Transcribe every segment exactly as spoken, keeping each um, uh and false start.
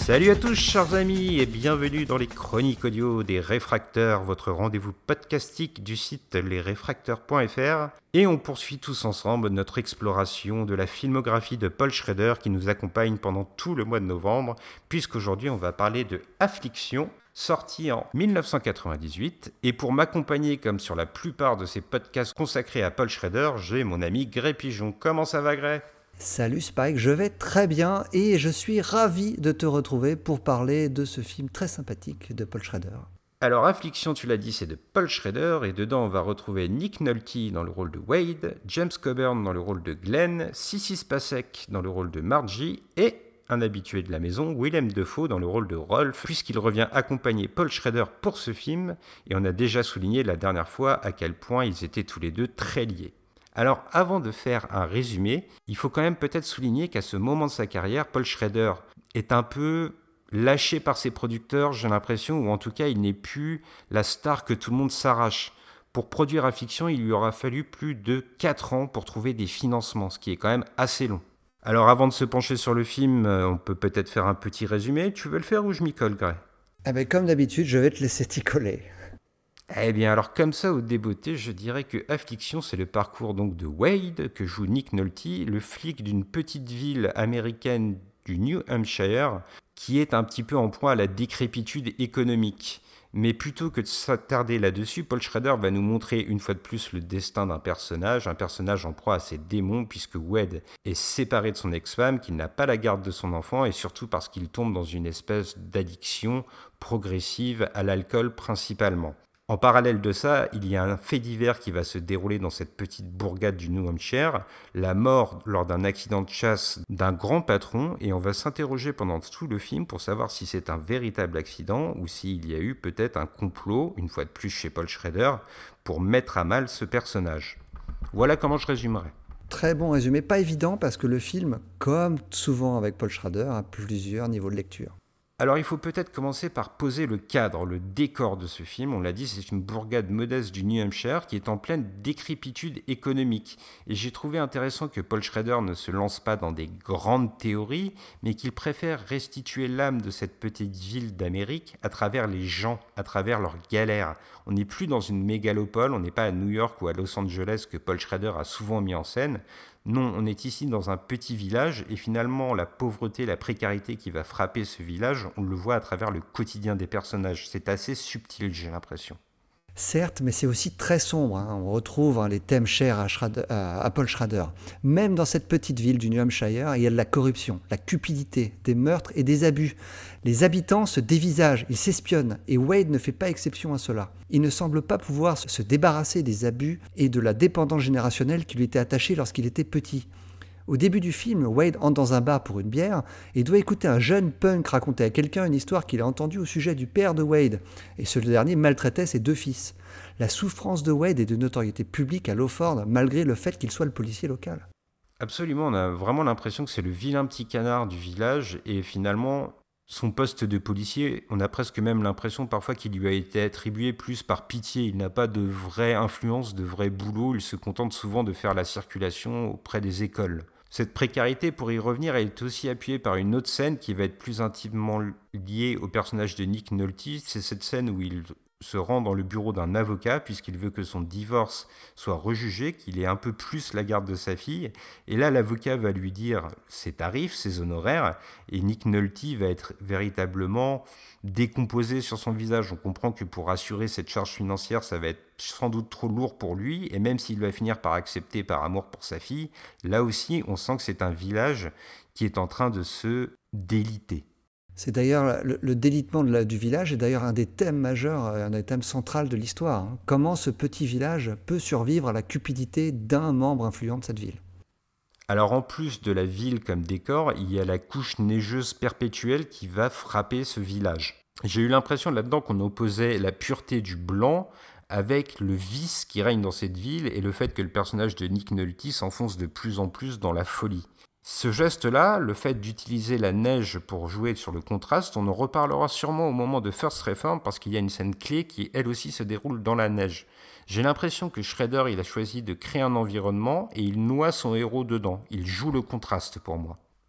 Salut à tous chers amis et bienvenue dans les chroniques audio des Réfracteurs, votre rendez-vous podcastique du site les réfracteurs point f r. Et on poursuit tous ensemble notre exploration de la filmographie de Paul Schrader qui nous accompagne pendant tout le mois de novembre, puisqu'aujourd'hui on va parler de Affliction, sorti en dix-neuf cent quatre-vingt-dix-huit. Et pour m'accompagner comme sur la plupart de ces podcasts consacrés à Paul Schrader, j'ai mon ami Gré Pigeon. Comment ça va Gré ? Salut Spike, je vais très bien et je suis ravi de te retrouver pour parler de ce film très sympathique de Paul Schrader. Alors Affliction, tu l'as dit, c'est de Paul Schrader et dedans on va retrouver Nick Nolte dans le rôle de Wade, James Coburn dans le rôle de Glenn, Sissy Spacek dans le rôle de Margie et un habitué de la maison, Willem Dafoe dans le rôle de Rolf, puisqu'il revient accompagner Paul Schrader pour ce film et on a déjà souligné la dernière fois à quel point ils étaient tous les deux très liés. Alors, avant de faire un résumé, il faut quand même peut-être souligner qu'à ce moment de sa carrière, Paul Schrader est un peu lâché par ses producteurs, j'ai l'impression, ou en tout cas, il n'est plus la star que tout le monde s'arrache. Pour produire Affliction, il lui aura fallu plus de quatre ans pour trouver des financements, ce qui est quand même assez long. Alors, avant de se pencher sur le film, on peut peut-être faire un petit résumé. Tu veux le faire ou je m'y colle, Gray ? Eh bien, comme d'habitude, je vais te laisser t'y coller. Eh bien, alors comme ça, au débeauté, je dirais que Affliction, c'est le parcours donc de Wade, que joue Nick Nolte, le flic d'une petite ville américaine du New Hampshire, qui est un petit peu en proie à la décrépitude économique. Mais plutôt que de s'attarder là-dessus, Paul Schrader va nous montrer une fois de plus le destin d'un personnage, un personnage en proie à ses démons, puisque Wade est séparé de son ex-femme, qu'il n'a pas la garde de son enfant, et surtout parce qu'il tombe dans une espèce d'addiction progressive à l'alcool principalement. En parallèle de ça, il y a un fait divers qui va se dérouler dans cette petite bourgade du New Hampshire, la mort lors d'un accident de chasse d'un grand patron, et on va s'interroger pendant tout le film pour savoir si c'est un véritable accident ou s'il y a eu peut-être un complot, une fois de plus chez Paul Schrader, pour mettre à mal ce personnage. Voilà comment je résumerai. Très bon résumé, pas évident parce que le film, comme souvent avec Paul Schrader, a plusieurs niveaux de lecture. Alors il faut peut-être commencer par poser le cadre, le décor de ce film. On l'a dit, c'est une bourgade modeste du New Hampshire qui est en pleine décrépitude économique. Et j'ai trouvé intéressant que Paul Schrader ne se lance pas dans des grandes théories, mais qu'il préfère restituer l'âme de cette petite ville d'Amérique à travers les gens, à travers leurs galères. On n'est plus dans une mégalopole, on n'est pas à New York ou à Los Angeles que Paul Schrader a souvent mis en scène. Non, on est ici dans un petit village et finalement la pauvreté, la précarité qui va frapper ce village, on le voit à travers le quotidien des personnages. C'est assez subtil, j'ai l'impression. Certes, mais c'est aussi très sombre. Hein. On retrouve hein, les thèmes chers à, Schrader, à Paul Schrader. Même dans cette petite ville du New Hampshire, il y a de la corruption, la cupidité, des meurtres et des abus. Les habitants se dévisagent, ils s'espionnent, et Wade ne fait pas exception à cela. Il ne semble pas pouvoir se débarrasser des abus et de la dépendance générationnelle qui lui était attachée lorsqu'il était petit. Au début du film, Wade entre dans un bar pour une bière et doit écouter un jeune punk raconter à quelqu'un une histoire qu'il a entendue au sujet du père de Wade, et ce dernier maltraitait ses deux fils. La souffrance de Wade est de notoriété publique à Lawford, malgré le fait qu'il soit le policier local. Absolument, on a vraiment l'impression que c'est le vilain petit canard du village, et finalement, son poste de policier, on a presque même l'impression parfois qu'il lui a été attribué plus par pitié. Il n'a pas de vraie influence, de vrai boulot, il se contente souvent de faire la circulation auprès des écoles. Cette précarité, pour y revenir, elle est aussi appuyée par une autre scène qui va être plus intimement liée au personnage de Nick Nolte. C'est cette scène où il se rend dans le bureau d'un avocat puisqu'il veut que son divorce soit rejugé, qu'il ait un peu plus la garde de sa fille. Et là, l'avocat va lui dire ses tarifs, ses honoraires, et Nick Nolte va être véritablement décomposé sur son visage. On comprend que pour assurer cette charge financière, ça va être sans doute trop lourd pour lui, et même s'il va finir par accepter par amour pour sa fille, là aussi, on sent que c'est un village qui est en train de se déliter. C'est d'ailleurs le, le délitement de la, du village est d'ailleurs un des thèmes majeurs, un des thèmes centraux de l'histoire. Hein. Comment ce petit village peut survivre à la cupidité d'un membre influent de cette ville. Alors en plus de la ville comme décor, il y a la couche neigeuse perpétuelle qui va frapper ce village. J'ai eu l'impression là-dedans qu'on opposait la pureté du blanc avec le vice qui règne dans cette ville et le fait que le personnage de Nick Nolte s'enfonce de plus en plus dans la folie. Ce geste-là, le fait d'utiliser la neige pour jouer sur le contraste, on en reparlera sûrement au moment de First Reform parce qu'il y a une scène clé qui elle aussi se déroule dans la neige. J'ai l'impression que Schrader il a choisi de créer un environnement et il noie son héros dedans. Il joue le contraste pour moi.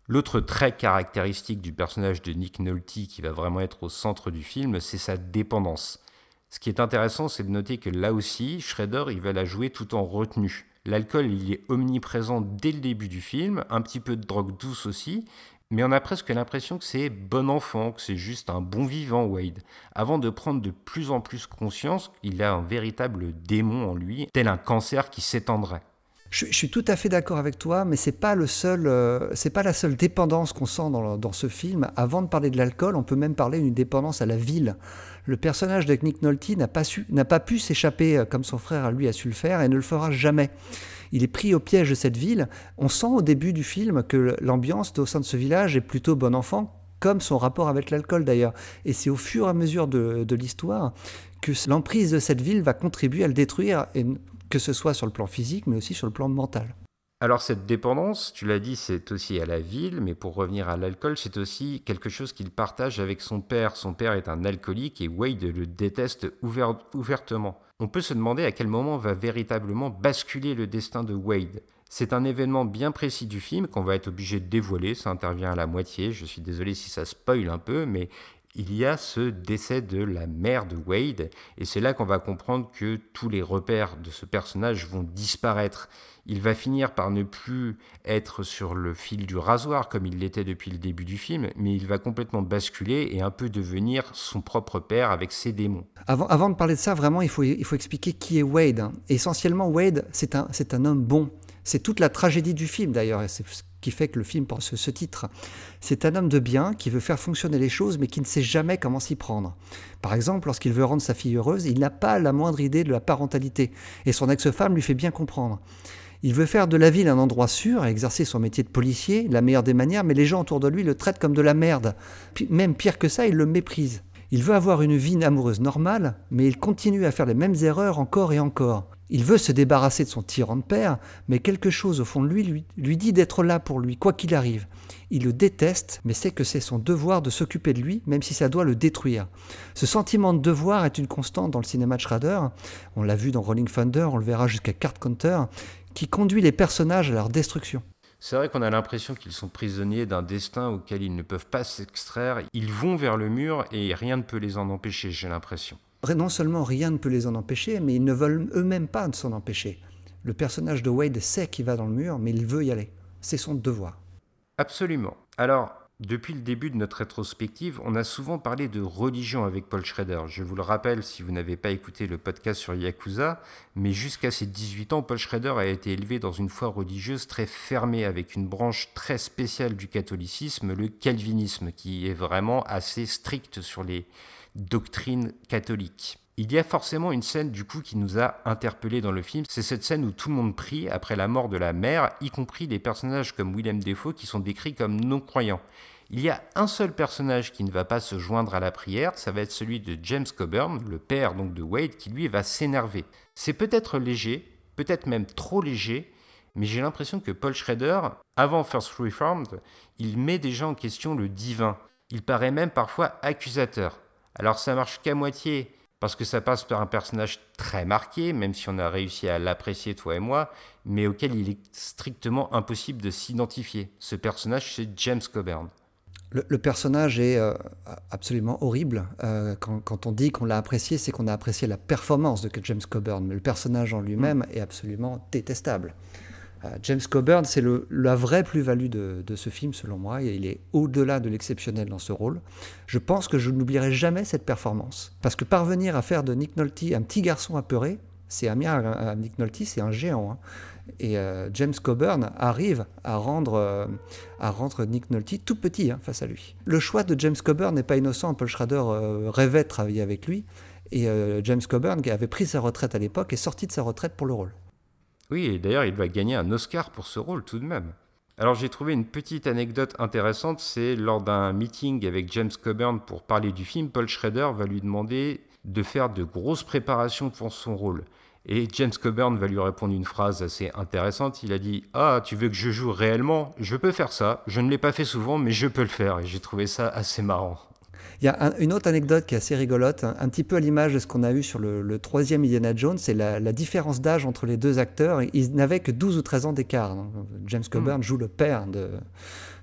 L'autre trait caractéristique du personnage de Nick Nolte, qui va vraiment être au centre du film, c'est sa dépendance. Ce qui est intéressant, c'est de noter que là aussi, Shredder, il va la jouer tout en retenue. L'alcool, il est omniprésent dès le début du film, un petit peu de drogue douce aussi, mais on a presque l'impression que c'est bon enfant, que c'est juste un bon vivant, Wade, avant de prendre de plus en plus conscience qu'il a un véritable démon en lui, tel un cancer qui s'étendrait. Je, je suis tout à fait d'accord avec toi, mais c'est pas le seul, euh, c'est pas la seule dépendance qu'on sent dans, dans ce film. Avant de parler de l'alcool, on peut même parler d'une dépendance à la ville. Le personnage de Nick Nolte n'a pas, su, n'a pas pu s'échapper comme son frère à lui a su le faire et ne le fera jamais. Il est pris au piège de cette ville. On sent au début du film que l'ambiance au sein de ce village est plutôt bon enfant, comme son rapport avec l'alcool d'ailleurs. Et c'est au fur et à mesure de, de l'histoire que l'emprise de cette ville va contribuer à le détruire, et que ce soit sur le plan physique, mais aussi sur le plan mental. Alors cette dépendance, tu l'as dit, c'est aussi à la ville, mais pour revenir à l'alcool, c'est aussi quelque chose qu'il partage avec son père. Son père est un alcoolique et Wade le déteste ouvert, ouvertement. On peut se demander à quel moment va véritablement basculer le destin de Wade. C'est un événement bien précis du film qu'on va être obligé de dévoiler, ça intervient à la moitié, je suis désolé si ça spoil un peu, mais il y a ce décès de la mère de Wade, et c'est là qu'on va comprendre que tous les repères de ce personnage vont disparaître. Il va finir par ne plus être sur le fil du rasoir comme il l'était depuis le début du film, mais il va complètement basculer et un peu devenir son propre père avec ses démons. Avant, avant de parler de ça, vraiment, il faut, il faut expliquer qui est Wade. Hein. Essentiellement, Wade, c'est un, c'est un homme bon. C'est toute la tragédie du film d'ailleurs, et c'est ce qui fait que le film porte ce, ce titre. C'est un homme de bien qui veut faire fonctionner les choses, mais qui ne sait jamais comment s'y prendre. Par exemple, lorsqu'il veut rendre sa fille heureuse, il n'a pas la moindre idée de la parentalité, et son ex-femme lui fait bien comprendre. Il veut faire de la ville un endroit sûr, exercer son métier de policier, la meilleure des manières, mais les gens autour de lui le traitent comme de la merde. Puis, même pire que ça, ils le méprisent. Il veut avoir une vie amoureuse normale, mais il continue à faire les mêmes erreurs encore et encore. Il veut se débarrasser de son tyran de père, mais quelque chose au fond de lui lui, lui dit d'être là pour lui, quoi qu'il arrive. Il le déteste, mais sait que c'est son devoir de s'occuper de lui, même si ça doit le détruire. Ce sentiment de devoir est une constante dans le cinéma de Shredder. On l'a vu dans Rolling Thunder, on le verra jusqu'à Card Counter, qui conduit les personnages à leur destruction. C'est vrai qu'on a l'impression qu'ils sont prisonniers d'un destin auquel ils ne peuvent pas s'extraire. Ils vont vers le mur et rien ne peut les en empêcher, j'ai l'impression. Non seulement rien ne peut les en empêcher, mais ils ne veulent eux-mêmes pas de s'en empêcher. Le personnage de Wade sait qu'il va dans le mur, mais il veut y aller. C'est son devoir. Absolument. Alors, depuis le début de notre rétrospective, on a souvent parlé de religion avec Paul Shredder. Je vous le rappelle si vous n'avez pas écouté le podcast sur Yakuza, mais jusqu'à ses dix-huit ans, Paul Shredder a été élevé dans une foi religieuse très fermée, avec une branche très spéciale du catholicisme, le calvinisme, qui est vraiment assez strict sur les doctrines catholiques. Il y a forcément une scène du coup qui nous a interpellés dans le film, c'est cette scène où tout le monde prie après la mort de la mère, y compris des personnages comme Willem Dafoe qui sont décrits comme non-croyants. Il y a un seul personnage qui ne va pas se joindre à la prière, ça va être celui de James Coburn, le père donc de Wade, qui lui va s'énerver. C'est peut-être léger, peut-être même trop léger, mais j'ai l'impression que Paul Shredder, avant First Reformed, il met déjà en question le divin. Il paraît même parfois accusateur. Alors ça marche qu'à moitié, parce que ça passe par un personnage très marqué, même si on a réussi à l'apprécier toi et moi, mais auquel il est strictement impossible de s'identifier. Ce personnage, c'est James Coburn. Le, le personnage est euh, absolument horrible. Euh, quand, quand on dit qu'on l'a apprécié, c'est qu'on a apprécié la performance de James Coburn, mais le personnage en lui-même mmh. est absolument détestable. Euh, James Coburn, c'est le, la vraie plus-value de, de ce film, selon moi, et il est au-delà de l'exceptionnel dans ce rôle. Je pense que je n'oublierai jamais cette performance, parce que parvenir à faire de Nick Nolte un petit garçon apeuré, c'est un miracle. Nick Nolte, c'est un géant, hein. Et euh, James Coburn arrive à rendre, euh, à rendre Nick Nolte tout petit hein, face à lui. Le choix de James Coburn n'est pas innocent. Paul Shredder euh, rêvait de travailler avec lui, et euh, James Coburn, qui avait pris sa retraite à l'époque, est sorti de sa retraite pour le rôle. Oui, et d'ailleurs, il va gagner un Oscar pour ce rôle tout de même. Alors j'ai trouvé une petite anecdote intéressante, c'est lors d'un meeting avec James Coburn pour parler du film, Paul Shredder va lui demander de faire de grosses préparations pour son rôle. Et James Coburn va lui répondre une phrase assez intéressante, il a dit « Ah, tu veux que je joue réellement ? Je peux faire ça, je ne l'ai pas fait souvent, mais je peux le faire. » Et j'ai trouvé ça assez marrant. Il y a un, une autre anecdote qui est assez rigolote, un, un petit peu à l'image de ce qu'on a eu sur le, le troisième Indiana Jones, c'est la, la différence d'âge entre les deux acteurs. Ils n'avaient que douze ou treize ans d'écart. James Coburn mmh. joue le père de,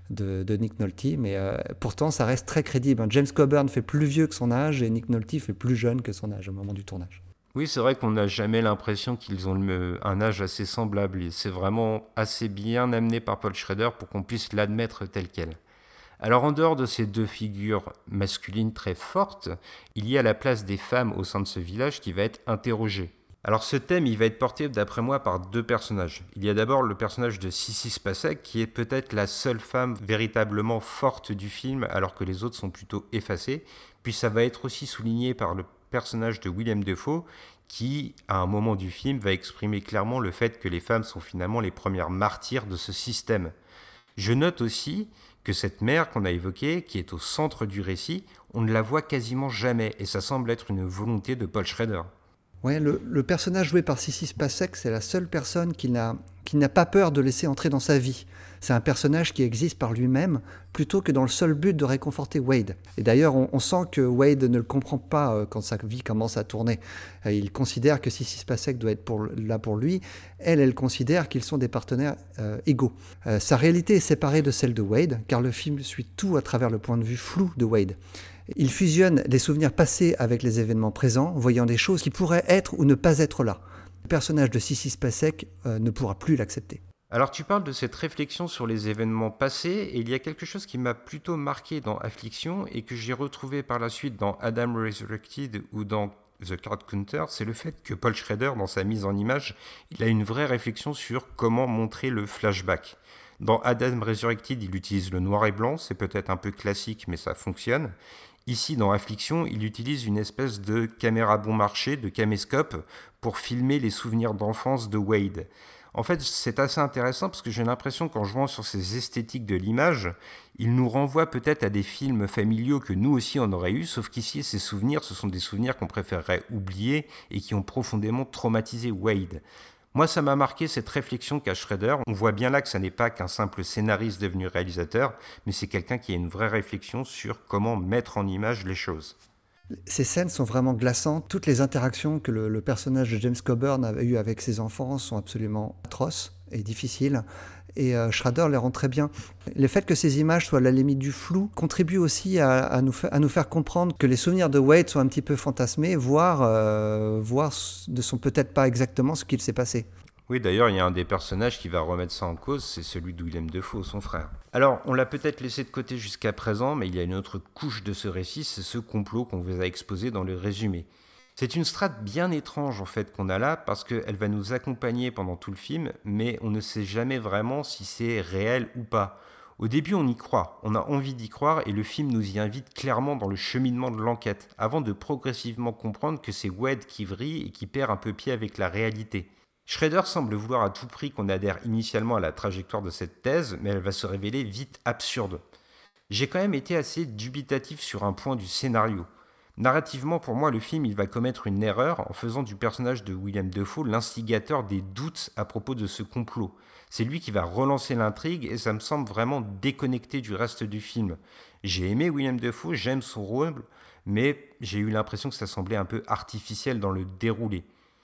de, de Nick Nolte, mais euh, pourtant ça reste très crédible. James Coburn fait plus vieux que son âge et Nick Nolte fait plus jeune que son âge au moment du tournage. Oui, c'est vrai qu'on n'a jamais l'impression qu'ils ont le, un âge assez semblable. Et c'est vraiment assez bien amené par Paul Schrader pour qu'on puisse l'admettre tel quel. Alors en dehors de ces deux figures masculines très fortes, il y a la place des femmes au sein de ce village qui va être interrogée. Alors ce thème, il va être porté d'après moi par deux personnages. Il y a d'abord le personnage de Sissy Spacek qui est peut-être la seule femme véritablement forte du film alors que les autres sont plutôt effacés. Puis ça va être aussi souligné par le personnage de Willem Dafoe qui, à un moment du film, va exprimer clairement le fait que les femmes sont finalement les premières martyrs de ce système. Je note aussi que cette mère qu'on a évoquée, qui est au centre du récit, on ne la voit quasiment jamais et ça semble être une volonté de Paul Schrader. Ouais, le, le personnage joué par Sissy Spacek, c'est la seule personne qui n'a, qui n'a pas peur de laisser entrer dans sa vie. C'est un personnage qui existe par lui-même, plutôt que dans le seul but de réconforter Wade. Et d'ailleurs, on, on sent que Wade ne le comprend pas euh, quand sa vie commence à tourner. Euh, il considère que Sissy Spacek doit être pour, là pour lui. Elle, elle considère qu'ils sont des partenaires euh, égaux. Euh, sa réalité est séparée de celle de Wade, car le film suit tout à travers le point de vue flou de Wade. Il fusionne les souvenirs passés avec les événements présents, voyant des choses qui pourraient être ou ne pas être là. Le personnage de Sissy Spacek euh, ne pourra plus l'accepter. Alors tu parles de cette réflexion sur les événements passés, et il y a quelque chose qui m'a plutôt marqué dans Affliction et que j'ai retrouvé par la suite dans Adam Resurrected ou dans The Card Counter, c'est le fait que Paul Schrader, dans sa mise en image, il a une vraie réflexion sur comment montrer le flashback. Dans Adam Resurrected, il utilise le noir et blanc, c'est peut-être un peu classique mais ça fonctionne. Ici, dans Affliction, il utilise une espèce de caméra bon marché, de caméscope, pour filmer les souvenirs d'enfance de Wade. En fait, c'est assez intéressant parce que j'ai l'impression qu'en jouant sur ces esthétiques de l'image, il nous renvoie peut-être à des films familiaux que nous aussi on aurait eu, sauf qu'ici, ces souvenirs, ce sont des souvenirs qu'on préférerait oublier et qui ont profondément traumatisé Wade. Moi, ça m'a marqué cette réflexion qu'a Schrader. On voit bien là que ça n'est pas qu'un simple scénariste devenu réalisateur, mais c'est quelqu'un qui a une vraie réflexion sur comment mettre en image les choses. Ces scènes sont vraiment glaçantes. Toutes les interactions que le, le personnage de James Coburn a eues avec ses enfants sont absolument atroces et difficiles. Et euh, Schrader les rend très bien. Le fait que ces images soient à la limite du flou contribue aussi à, à, nous, fa- à nous faire comprendre que les souvenirs de Wade sont un petit peu fantasmés, voire, euh, voire ne sont peut-être pas exactement ce qu'il s'est passé. Oui, d'ailleurs, il y a un des personnages qui va remettre ça en cause, c'est celui de Willem Dafoe, son frère. Alors, on l'a peut-être laissé de côté jusqu'à présent, mais il y a une autre couche de ce récit, c'est ce complot qu'on vous a exposé dans le résumé. C'est une strate bien étrange en fait qu'on a là, parce qu'elle va nous accompagner pendant tout le film, mais on ne sait jamais vraiment si c'est réel ou pas. Au début, on y croit, on a envie d'y croire, et le film nous y invite clairement dans le cheminement de l'enquête, avant de progressivement comprendre que c'est Wade qui vrille et qui perd un peu pied avec la réalité. Schrader semble vouloir à tout prix qu'on adhère initialement à la trajectoire de cette thèse, mais elle va se révéler vite absurde. J'ai quand même été assez dubitatif sur un point du scénario. Narrativement, pour moi, le film il va commettre une erreur en faisant du personnage de Willem Dafoe l'instigateur des doutes à propos de ce complot. C'est lui qui va relancer l'intrigue et ça me semble vraiment déconnecté du reste du film. J'ai aimé Willem Dafoe, j'aime son rôle, mais j'ai eu l'impression que ça semblait un peu artificiel dans le déroulé.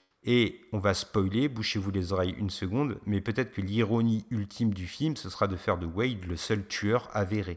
Et on va spoiler, bouchez-vous les oreilles une seconde, mais peut-être que l'ironie ultime du film, ce sera de faire de Wade le seul tueur avéré.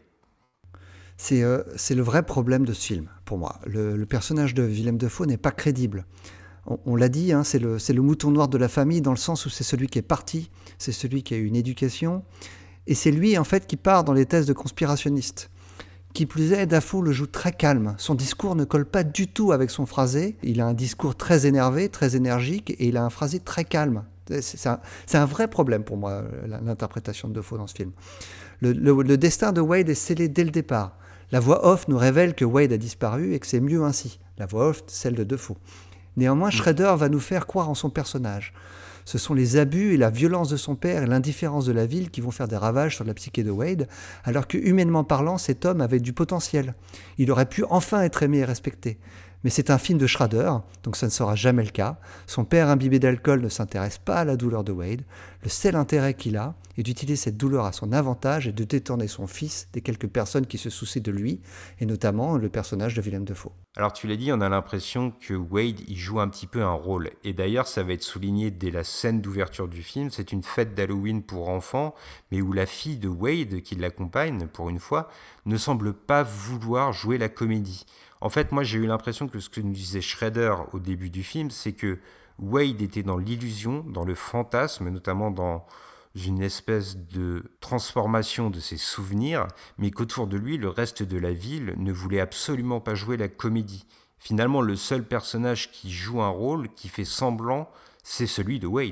C'est, euh, c'est le vrai problème de ce film, pour moi. Le, le personnage de Willem Dafoe n'est pas crédible. On, on l'a dit, hein, c'est, le, c'est le mouton noir de la famille, dans le sens où c'est celui qui est parti, c'est celui qui a eu une éducation, et c'est lui, en fait, qui part dans les thèses de conspirationniste. Qui plus est, Dafoe le joue très calme. Son discours ne colle pas du tout avec son phrasé. Il a un discours très énervé, très énergique, et il a un phrasé très calme. C'est, c'est, un, c'est un vrai problème pour moi, l'interprétation de Dafoe dans ce film. Le, le, le destin de Wade est scellé dès le départ. La voix off nous révèle que Wade a disparu et que c'est mieux ainsi. La voix off, celle de Dafoe. Néanmoins, Schrader va nous faire croire en son personnage. Ce sont les abus et la violence de son père et l'indifférence de la ville qui vont faire des ravages sur la psyché de Wade, alors que, humainement parlant, cet homme avait du potentiel. Il aurait pu enfin être aimé et respecté. Mais c'est un film de Schrader, donc ça ne sera jamais le cas. Son père imbibé d'alcool ne s'intéresse pas à la douleur de Wade. Le seul intérêt qu'il a est d'utiliser cette douleur à son avantage et de détourner son fils des quelques personnes qui se soucient de lui, et notamment le personnage de Willem Dafoe. Alors tu l'as dit, on a l'impression que Wade il joue un petit peu un rôle. Et d'ailleurs, ça va être souligné dès la scène d'ouverture du film. C'est une fête d'Halloween pour enfants, mais où la fille de Wade, qui l'accompagne pour une fois, ne semble pas vouloir jouer la comédie. En fait, moi j'ai eu l'impression que ce que nous disait Schrader au début du film, c'est que Wade était dans l'illusion, dans le fantasme, notamment dans une espèce de transformation de ses souvenirs, mais qu'autour de lui, le reste de la ville ne voulait absolument pas jouer la comédie. Finalement, le seul personnage qui joue un rôle, qui fait semblant, c'est celui de Wade.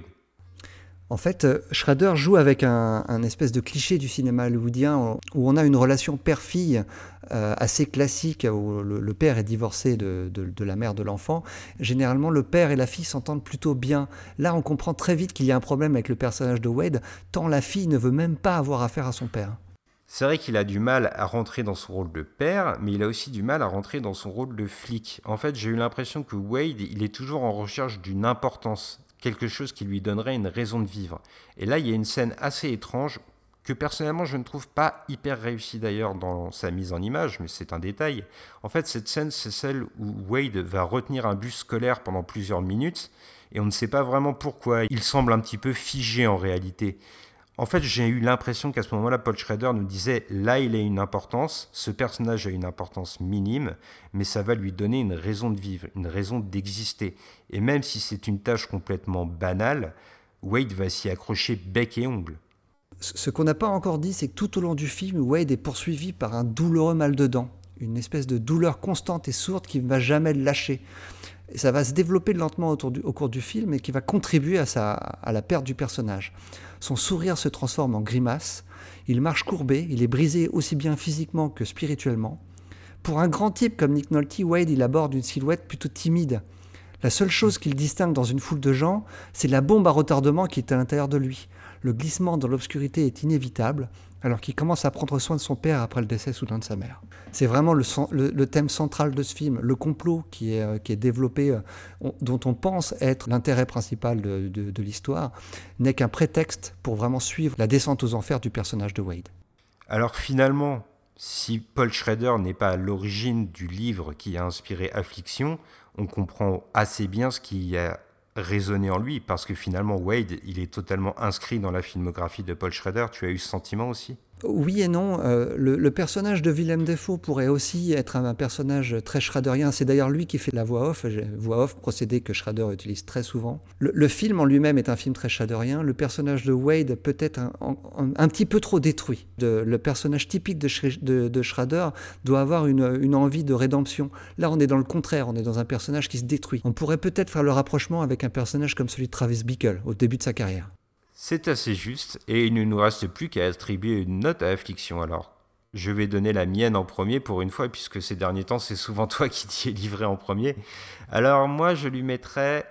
En fait, Schrader joue avec un, un espèce de cliché du cinéma hollywoodien où on a une relation père-fille euh, assez classique, où le, le père est divorcé de, de, de la mère de l'enfant. Généralement, le père et la fille s'entendent plutôt bien. Là, on comprend très vite qu'il y a un problème avec le personnage de Wade, tant la fille ne veut même pas avoir affaire à son père. C'est vrai qu'il a du mal à rentrer dans son rôle de père, mais il a aussi du mal à rentrer dans son rôle de flic. En fait, j'ai eu l'impression que Wade, il est toujours en recherche d'une importance, quelque chose qui lui donnerait une raison de vivre. Et là, il y a une scène assez étrange, que personnellement je ne trouve pas hyper réussie d'ailleurs dans sa mise en image, mais c'est un détail. En fait, cette scène, c'est celle où Wade va retenir un bus scolaire pendant plusieurs minutes, et on ne sait pas vraiment pourquoi. Il semble un petit peu figé en réalité. En fait, j'ai eu l'impression qu'à ce moment-là, Paul Schrader nous disait « là, il a une importance, ce personnage a une importance minime, mais ça va lui donner une raison de vivre, une raison d'exister. Et même si c'est une tâche complètement banale, Wade va s'y accrocher bec et ongle. » Ce qu'on n'a pas encore dit, c'est que tout au long du film, Wade est poursuivi par un douloureux mal de dents, une espèce de douleur constante et sourde qui ne va jamais le lâcher. Et ça va se développer lentement autour du, au cours du film et qui va contribuer à, sa, à la perte du personnage. Son sourire se transforme en grimace, il marche courbé, il est brisé aussi bien physiquement que spirituellement. Pour un grand type comme Nick Nolte, Wade il aborde une silhouette plutôt timide. La seule chose qu'il distingue dans une foule de gens, c'est la bombe à retardement qui est à l'intérieur de lui. Le glissement dans l'obscurité est inévitable, alors qu'il commence à prendre soin de son père après le décès soudain de sa mère. C'est vraiment le, le, le thème central de ce film, le complot qui est, qui est développé, euh, on, dont on pense être l'intérêt principal de, de, de l'histoire, n'est qu'un prétexte pour vraiment suivre la descente aux enfers du personnage de Wade. Alors finalement, si Paul Schrader n'est pas à l'origine du livre qui a inspiré Affliction, on comprend assez bien ce qui a résonné en lui, parce que finalement Wade, il est totalement inscrit dans la filmographie de Paul Schrader. Tu as eu ce sentiment aussi ? Oui et non. Euh, le, le personnage de Willem Dafoe pourrait aussi être un, un personnage très schraderien. C'est d'ailleurs lui qui fait la voix off, voix off, procédé que Schrader utilise très souvent. Le, le film en lui-même est un film très schraderien. Le personnage de Wade peut être un, un, un petit peu trop détruit. De, le personnage typique de, de, de Schrader doit avoir une, une envie de rédemption. Là, on est dans le contraire. On est dans un personnage qui se détruit. On pourrait peut-être faire le rapprochement avec un personnage comme celui de Travis Bickle au début de sa carrière. C'est assez juste, et il ne nous reste plus qu'à attribuer une note à Affliction alors. Je vais donner la mienne en premier pour une fois, puisque ces derniers temps, c'est souvent toi qui t'y es livré en premier. Alors moi, je lui mettrais...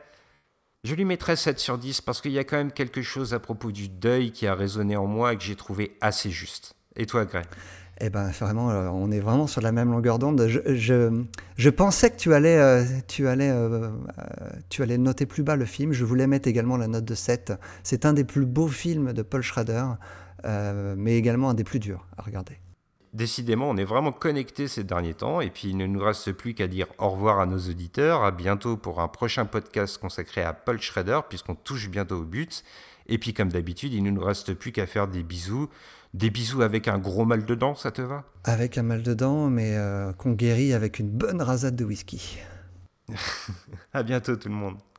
Je lui mettrais sept sur dix, parce qu'il y a quand même quelque chose à propos du deuil qui a résonné en moi et que j'ai trouvé assez juste. Et toi, Greg ? Eh ben, vraiment, on est vraiment sur la même longueur d'onde. Je, je, je pensais que tu allais, euh, tu, allais, euh, tu allais noter plus bas le film. Je voulais mettre également la note de sept. C'est un des plus beaux films de Paul Schrader, euh, mais également un des plus durs à regarder. Décidément, on est vraiment connectés ces derniers temps, et puis il ne nous reste plus qu'à dire au revoir à nos auditeurs. À bientôt pour un prochain podcast consacré à Paul Schrader, puisqu'on touche bientôt au but. Et puis, comme d'habitude, il ne nous reste plus qu'à faire des bisous. Des bisous avec un gros mal de dents, ça te va ? Avec un mal de dents, mais euh, qu'on guérit avec une bonne rasade de whisky. À bientôt tout le monde.